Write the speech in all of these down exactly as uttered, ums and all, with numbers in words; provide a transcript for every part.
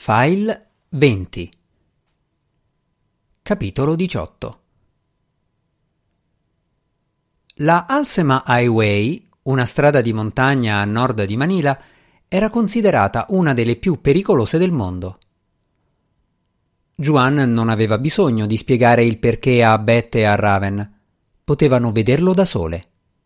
File venti. Capitolo diciotto. La Alsema Highway, una strada di montagna a nord di Manila, era considerata una delle più pericolose del mondo. Juan non aveva bisogno di spiegare il perché a Beth e a Raven. Potevano vederlo da sole.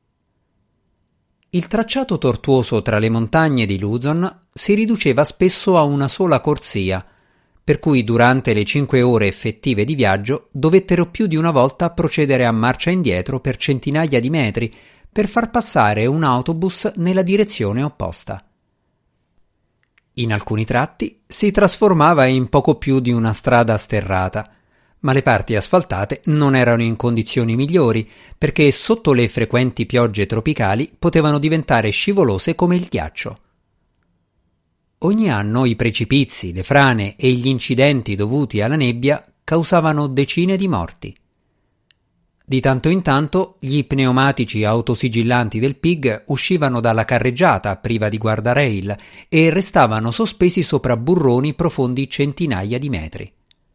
Il tracciato tortuoso tra le montagne di Luzon si riduceva spesso a una sola corsia, per cui durante le cinque ore effettive di viaggio dovettero più di una volta procedere a marcia indietro per centinaia di metri per far passare un autobus nella direzione opposta. In alcuni tratti si trasformava in poco più di una strada sterrata, ma le parti asfaltate non erano in condizioni migliori perché sotto le frequenti piogge tropicali potevano diventare scivolose come il ghiaccio. Ogni anno i precipizi, le frane e gli incidenti dovuti alla nebbia causavano decine di morti. Di tanto in tanto gli pneumatici autosigillanti del P I G uscivano dalla carreggiata priva di guardrail e restavano sospesi sopra burroni profondi centinaia di metri.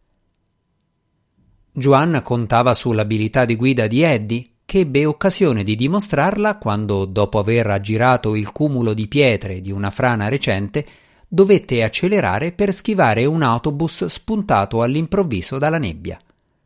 Juan contava sull'abilità di guida di Eddie, che ebbe occasione di dimostrarla quando, dopo aver aggirato il cumulo di pietre di una frana recente, dovette accelerare per schivare un autobus spuntato all'improvviso dalla nebbia.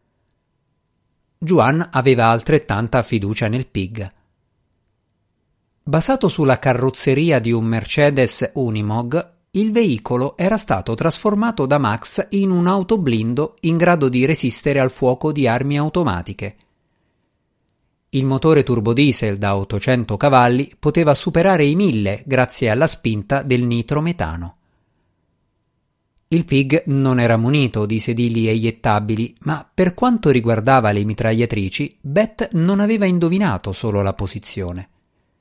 Juan aveva altrettanta fiducia nel P I G. Basato sulla carrozzeria di un Mercedes Unimog, il veicolo era stato trasformato da Max in un autoblindo in grado di resistere al fuoco di armi automatiche. Il motore turbodiesel da ottocento cavalli poteva superare i mille grazie alla spinta del nitrometano. Il P I G non era munito di sedili eiettabili, ma per quanto riguardava le mitragliatrici, Beth non aveva indovinato solo la posizione.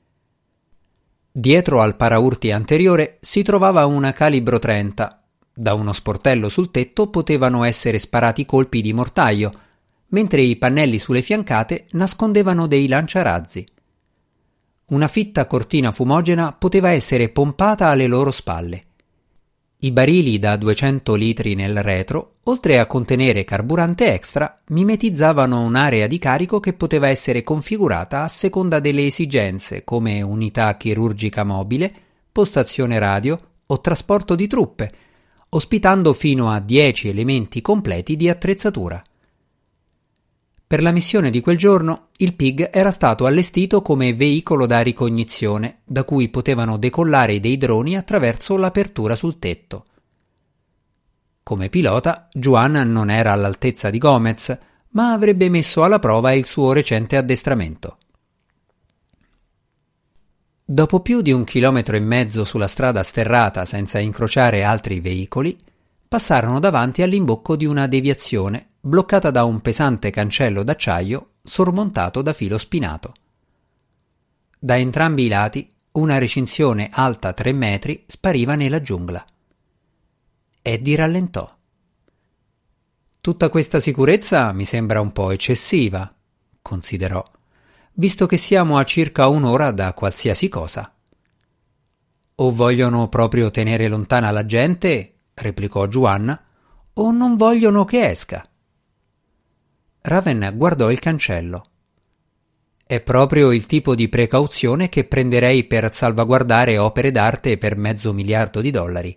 Dietro al paraurti anteriore si trovava una calibro trenta. Da uno sportello sul tetto potevano essere sparati colpi di mortaio, mentre i pannelli sulle fiancate nascondevano dei lanciarazzi. Una fitta cortina fumogena poteva essere pompata alle loro spalle. I barili da duecento litri nel retro, oltre a contenere carburante extra, mimetizzavano un'area di carico che poteva essere configurata a seconda delle esigenze, come unità chirurgica mobile, postazione radio o trasporto di truppe, ospitando fino a dieci elementi completi di attrezzatura. Per la missione di quel giorno, il P I G era stato allestito come veicolo da ricognizione, da cui potevano decollare dei droni attraverso l'apertura sul tetto. Come pilota, Juan non era all'altezza di Gomez, ma avrebbe messo alla prova il suo recente addestramento. Dopo più di un chilometro e mezzo sulla strada sterrata senza incrociare altri veicoli, passarono davanti all'imbocco di una deviazione bloccata da un pesante cancello d'acciaio sormontato da filo spinato. Da entrambi i lati una recinzione alta tre metri spariva nella giungla. Eddie rallentò. Tutta questa sicurezza mi sembra un po' eccessiva, considerò, visto che siamo a circa un'ora da qualsiasi cosa. O vogliono proprio tenere lontana la gente, replicò Juan, o non vogliono che esca. Raven guardò il cancello. È proprio il tipo di precauzione che prenderei per salvaguardare opere d'arte per mezzo miliardo di dollari.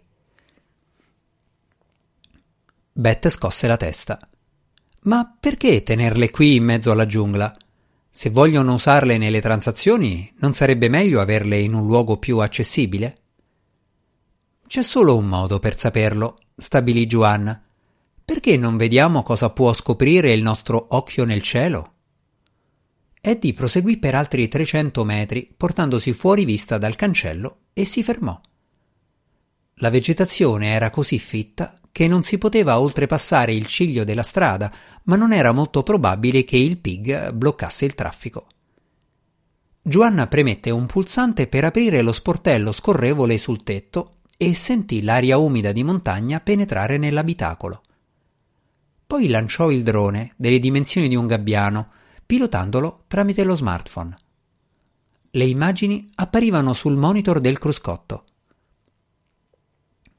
Beth scosse la testa. Ma perché tenerle qui in mezzo alla giungla? Se vogliono usarle nelle transazioni, non sarebbe meglio averle in un luogo più accessibile? C'è solo un modo per saperlo, stabilì Juan. Perché non vediamo cosa può scoprire il nostro occhio nel cielo? Eddie proseguì per altri trecento metri, portandosi fuori vista dal cancello, e si fermò. La vegetazione era così fitta che non si poteva oltrepassare il ciglio della strada, ma non era molto probabile che il P I G bloccasse il traffico. Juan premette un pulsante per aprire lo sportello scorrevole sul tetto e sentì l'aria umida di montagna penetrare nell'abitacolo. Poi lanciò il drone, delle dimensioni di un gabbiano, pilotandolo tramite lo smartphone. Le immagini apparivano sul monitor del cruscotto.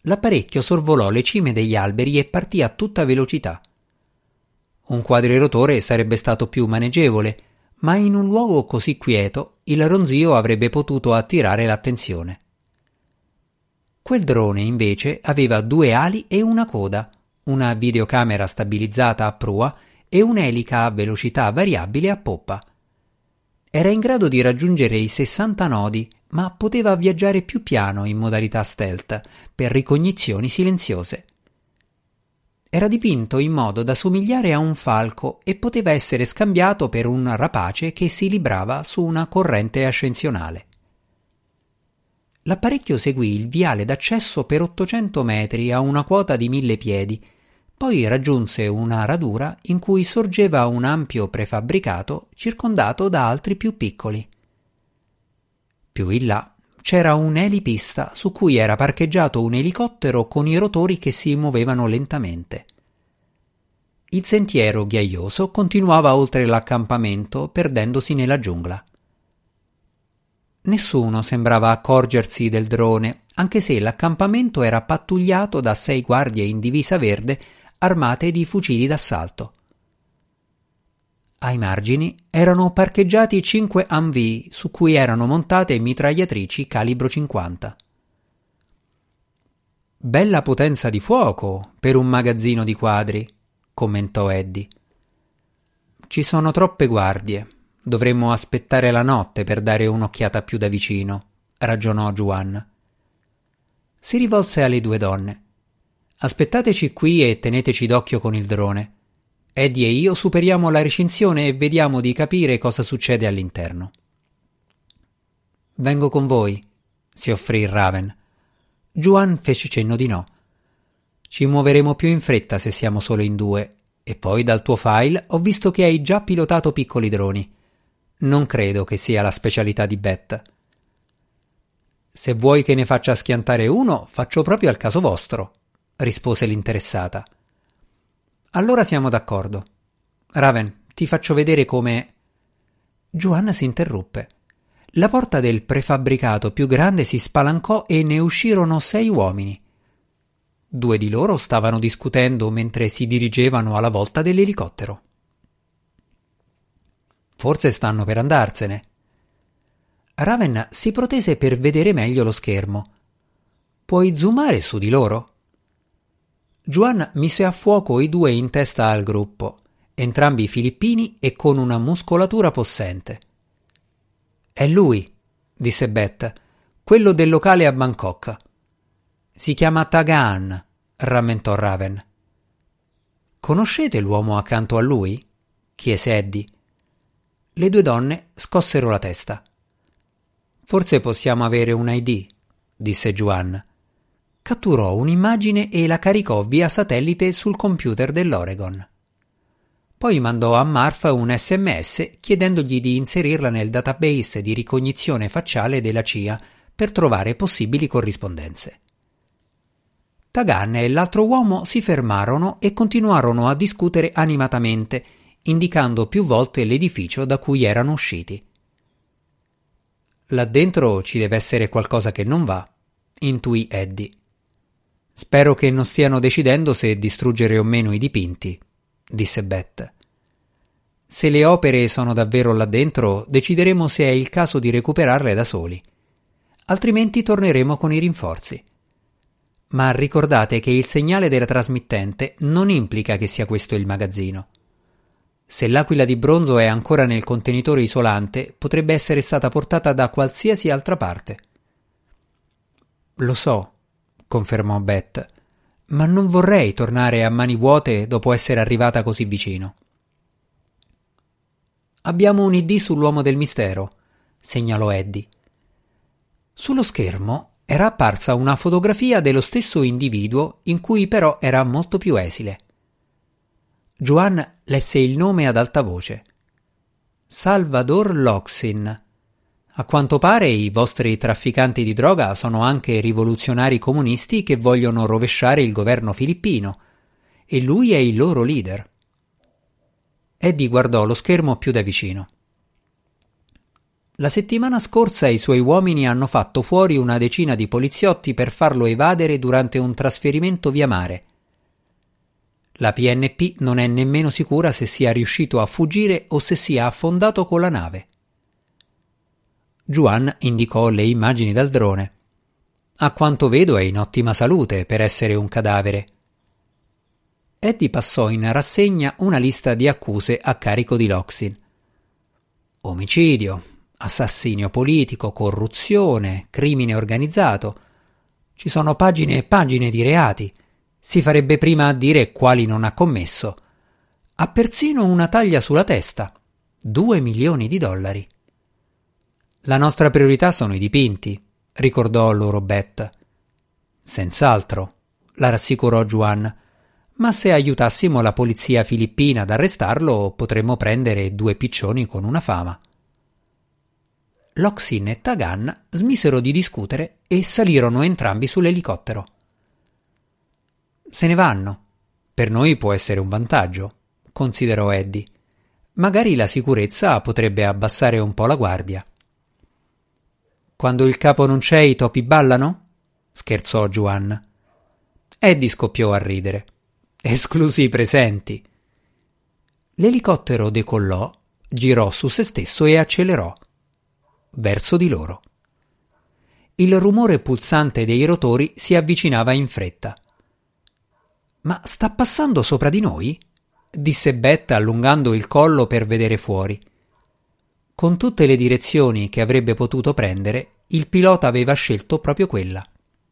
l'apparecchio sorvolò le cime degli alberi e partì a tutta velocità. Un quadrirotore sarebbe stato più maneggevole, ma in un luogo così quieto il ronzio avrebbe potuto attirare l'attenzione. Quel drone invece aveva due ali e una coda, una videocamera stabilizzata a prua e un'elica a velocità variabile a poppa. Era in grado di raggiungere i sessanta nodi, ma poteva viaggiare più piano in modalità stealth per ricognizioni silenziose. Era dipinto in modo da somigliare a un falco e poteva essere scambiato per un rapace che si librava su una corrente ascensionale. L'apparecchio seguì il viale d'accesso per ottocento metri a una quota di mille piedi, poi raggiunse una radura in cui sorgeva un ampio prefabbricato circondato da altri più piccoli. Più in là c'era un'elipista su cui era parcheggiato un elicottero con i rotori che si muovevano lentamente. Il sentiero ghiaioso continuava oltre l'accampamento, perdendosi nella giungla. Nessuno sembrava accorgersi del drone, anche se l'accampamento era pattugliato da sei guardie in divisa verde armate di fucili d'assalto. Ai margini erano parcheggiati cinque Humvee su cui erano montate mitragliatrici calibro cinquanta. «Bella potenza di fuoco per un magazzino di quadri», commentò Eddie. «Ci sono troppe guardie. Dovremmo aspettare la notte per dare un'occhiata più da vicino», ragionò Juan. Si rivolse alle due donne. «Aspettateci qui e teneteci d'occhio con il drone. Eddie e io superiamo la recinzione e vediamo di capire cosa succede all'interno». «Vengo con voi», si offrì Raven. Juan fece cenno di no. «Ci muoveremo più in fretta se siamo solo in due, e poi dal tuo file ho visto che hai già pilotato piccoli droni. Non credo che sia la specialità di Beth». «Se vuoi che ne faccia schiantare uno, faccio proprio al caso vostro», rispose l'interessata. «Allora siamo d'accordo. Raven, ti faccio vedere come...» Juan si interruppe. La porta del prefabbricato più grande si spalancò e ne uscirono sei uomini. Due di loro stavano discutendo mentre si dirigevano alla volta dell'elicottero. «Forse stanno per andarsene». Raven si protese per vedere meglio lo schermo. «Puoi zoomare su di loro?» Juan mise a fuoco i due in testa al gruppo, entrambi filippini e con una muscolatura possente. «È lui», disse Beth, «quello del locale a Bangkok». «Si chiama Tagaan», rammentò Raven. «Conoscete l'uomo accanto a lui?» chiese Eddie. Le due donne scossero la testa. «Forse possiamo avere un I D», disse Juan. Catturò un'immagine e la caricò via satellite sul computer dell'Oregon. Poi mandò a Marf un sms chiedendogli di inserirla nel database di ricognizione facciale della C I A per trovare possibili corrispondenze. Tagaan e l'altro uomo si fermarono e continuarono a discutere animatamente, indicando più volte l'edificio da cui erano usciti. «Là dentro ci deve essere qualcosa che non va», intuì Eddie. «Spero che non stiano decidendo se distruggere o meno i dipinti», disse Beth. «Se le opere sono davvero là dentro, decideremo se è il caso di recuperarle da soli. Altrimenti torneremo con i rinforzi. Ma ricordate che il segnale della trasmittente non implica che sia questo il magazzino. Se l'aquila di bronzo è ancora nel contenitore isolante, potrebbe essere stata portata da qualsiasi altra parte». «Lo so», confermò Beth, «ma non vorrei tornare a mani vuote dopo essere arrivata così vicino». «Abbiamo un I D sull'uomo del mistero», segnalò Eddie. Sullo schermo era apparsa una fotografia dello stesso individuo, in cui però era molto più esile. Juan lesse il nome ad alta voce. «Salvador Loxin. A quanto pare i vostri trafficanti di droga sono anche rivoluzionari comunisti che vogliono rovesciare il governo filippino, e lui è il loro leader». Eddie guardò lo schermo più da vicino. La settimana scorsa i suoi uomini hanno fatto fuori una decina di poliziotti per farlo evadere durante un trasferimento via mare. La P N P non è nemmeno sicura se sia riuscito a fuggire o se sia affondato con la nave. Juan indicò le immagini dal drone. A quanto vedo è in ottima salute per essere un cadavere. Eddie passò in rassegna una lista di accuse a carico di Loxin. Omicidio, assassinio politico, corruzione, crimine organizzato. Ci sono pagine e pagine di reati. Si farebbe prima a dire quali non ha commesso. Ha persino una taglia sulla testa. Due milioni di dollari. La nostra priorità sono i dipinti, ricordò loro Beth. Senz'altro, la rassicurò Juan. Ma se aiutassimo la polizia filippina ad arrestarlo, potremmo prendere due piccioni con una fama. Loxin e Tagan smisero di discutere e salirono entrambi sull'elicottero. Se ne vanno. Per noi può essere un vantaggio, considerò Eddie. Magari la sicurezza potrebbe abbassare un po' la guardia. Quando il capo non c'è i topi ballano? Scherzò Juan. Eddie scoppiò a ridere. Esclusi i presenti. L'elicottero decollò, girò su se stesso e accelerò. Verso di loro. Il rumore pulsante dei rotori si avvicinava in fretta. Ma sta passando sopra di noi? Disse Beth allungando il collo per vedere fuori. Con tutte le direzioni che avrebbe potuto prendere, il pilota aveva scelto proprio quella.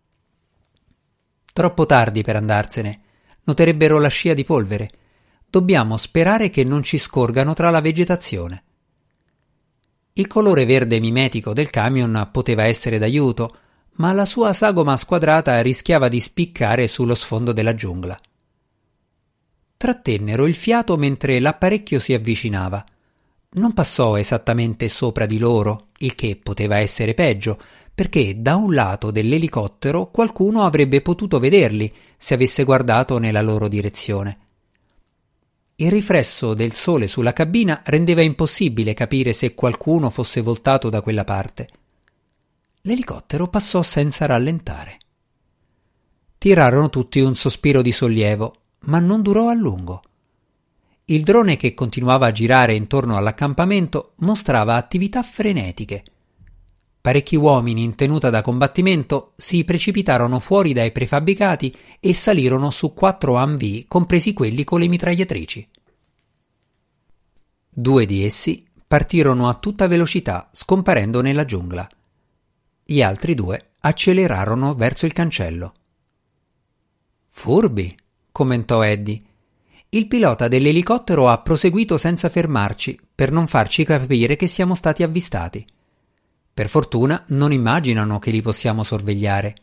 Troppo tardi per andarsene. Noterebbero la scia di polvere. Dobbiamo sperare che non ci scorgano tra la vegetazione. Il colore verde mimetico del camion poteva essere d'aiuto, ma la sua sagoma squadrata rischiava di spiccare sullo sfondo della giungla. Trattennero il fiato mentre l'apparecchio si avvicinava. Non passò esattamente sopra di loro, il che poteva essere peggio, perché da un lato dell'elicottero qualcuno avrebbe potuto vederli se avesse guardato nella loro direzione. Il riflesso del sole sulla cabina rendeva impossibile capire se qualcuno fosse voltato da quella parte. L'elicottero passò senza rallentare. Tirarono tutti un sospiro di sollievo, ma non durò a lungo. Il drone che continuava a girare intorno all'accampamento mostrava attività frenetiche. Parecchi uomini in tenuta da combattimento si precipitarono fuori dai prefabbricati e salirono su quattro Humvee, compresi quelli con le mitragliatrici. Due di essi partirono a tutta velocità, scomparendo nella giungla. Gli altri due accelerarono verso il cancello. Furbi, commentò Eddie. Il pilota dell'elicottero ha proseguito senza fermarci, per non farci capire che siamo stati avvistati. Per fortuna non immaginano che li possiamo sorvegliare.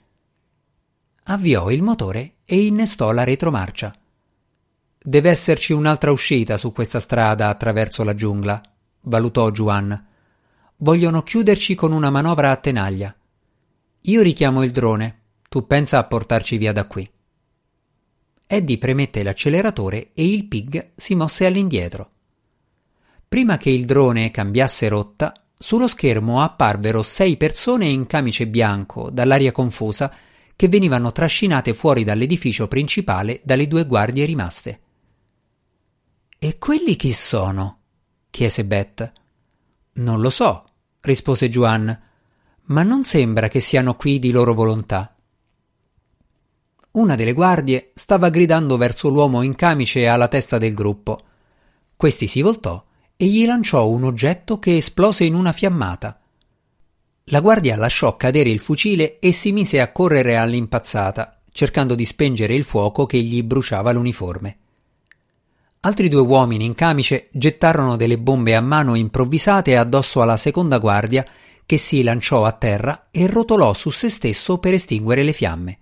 Avviò il motore e innestò la retromarcia. Deve esserci un'altra uscita su questa strada attraverso la giungla, valutò Juan. Vogliono chiuderci con una manovra a tenaglia. Io richiamo il drone, tu pensa a portarci via da qui. Eddie premette l'acceleratore e il Pig si mosse all'indietro. Prima che il drone cambiasse rotta, sullo schermo apparvero sei persone in camice bianco, dall'aria confusa, che venivano trascinate fuori dall'edificio principale dalle due guardie rimaste. «E quelli chi sono?» chiese Beth. «Non lo so», rispose Juan, «ma non sembra che siano qui di loro volontà». Una delle guardie stava gridando verso l'uomo in camice alla testa del gruppo. Questi si voltò e gli lanciò un oggetto che esplose in una fiammata. La guardia lasciò cadere il fucile e si mise a correre all'impazzata, cercando di spengere il fuoco che gli bruciava l'uniforme. Altri due uomini in camice gettarono delle bombe a mano improvvisate addosso alla seconda guardia, che si lanciò a terra e rotolò su se stesso per estinguere le fiamme.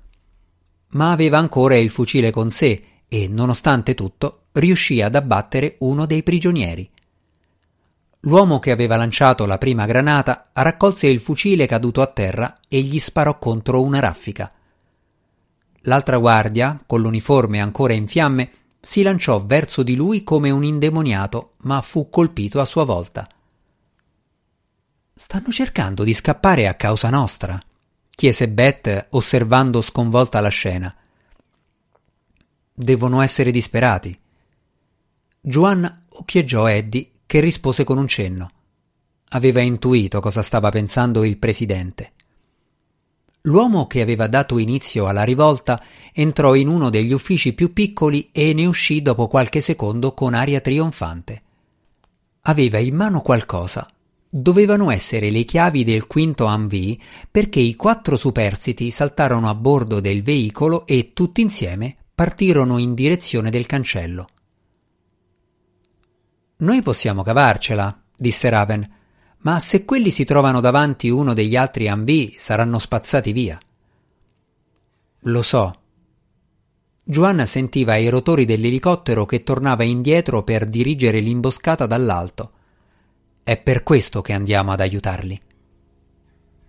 Ma aveva ancora il fucile con sé e, nonostante tutto, riuscì ad abbattere uno dei prigionieri. L'uomo che aveva lanciato la prima granata raccolse il fucile caduto a terra e gli sparò contro una raffica. L'altra guardia, con l'uniforme ancora in fiamme, si lanciò verso di lui come un indemoniato, ma fu colpito a sua volta. Stanno cercando di scappare a causa nostra, chiese Beth osservando sconvolta la scena. Devono essere disperati. Joanna occhieggiò Eddie, che rispose con un cenno. Aveva intuito cosa stava pensando il presidente. L'uomo che aveva dato inizio alla rivolta entrò in uno degli uffici più piccoli e ne uscì dopo qualche secondo con aria trionfante. Aveva in mano qualcosa. Dovevano essere le chiavi del quinto Humvee, perché i quattro superstiti saltarono a bordo del veicolo e tutti insieme partirono in direzione del cancello. «Noi possiamo cavarcela», disse Raven, «ma se quelli si trovano davanti uno degli altri Humvee saranno spazzati via». «Lo so». Joanna sentiva i rotori dell'elicottero che tornava indietro per dirigere l'imboscata dall'alto. «È per questo che andiamo ad aiutarli».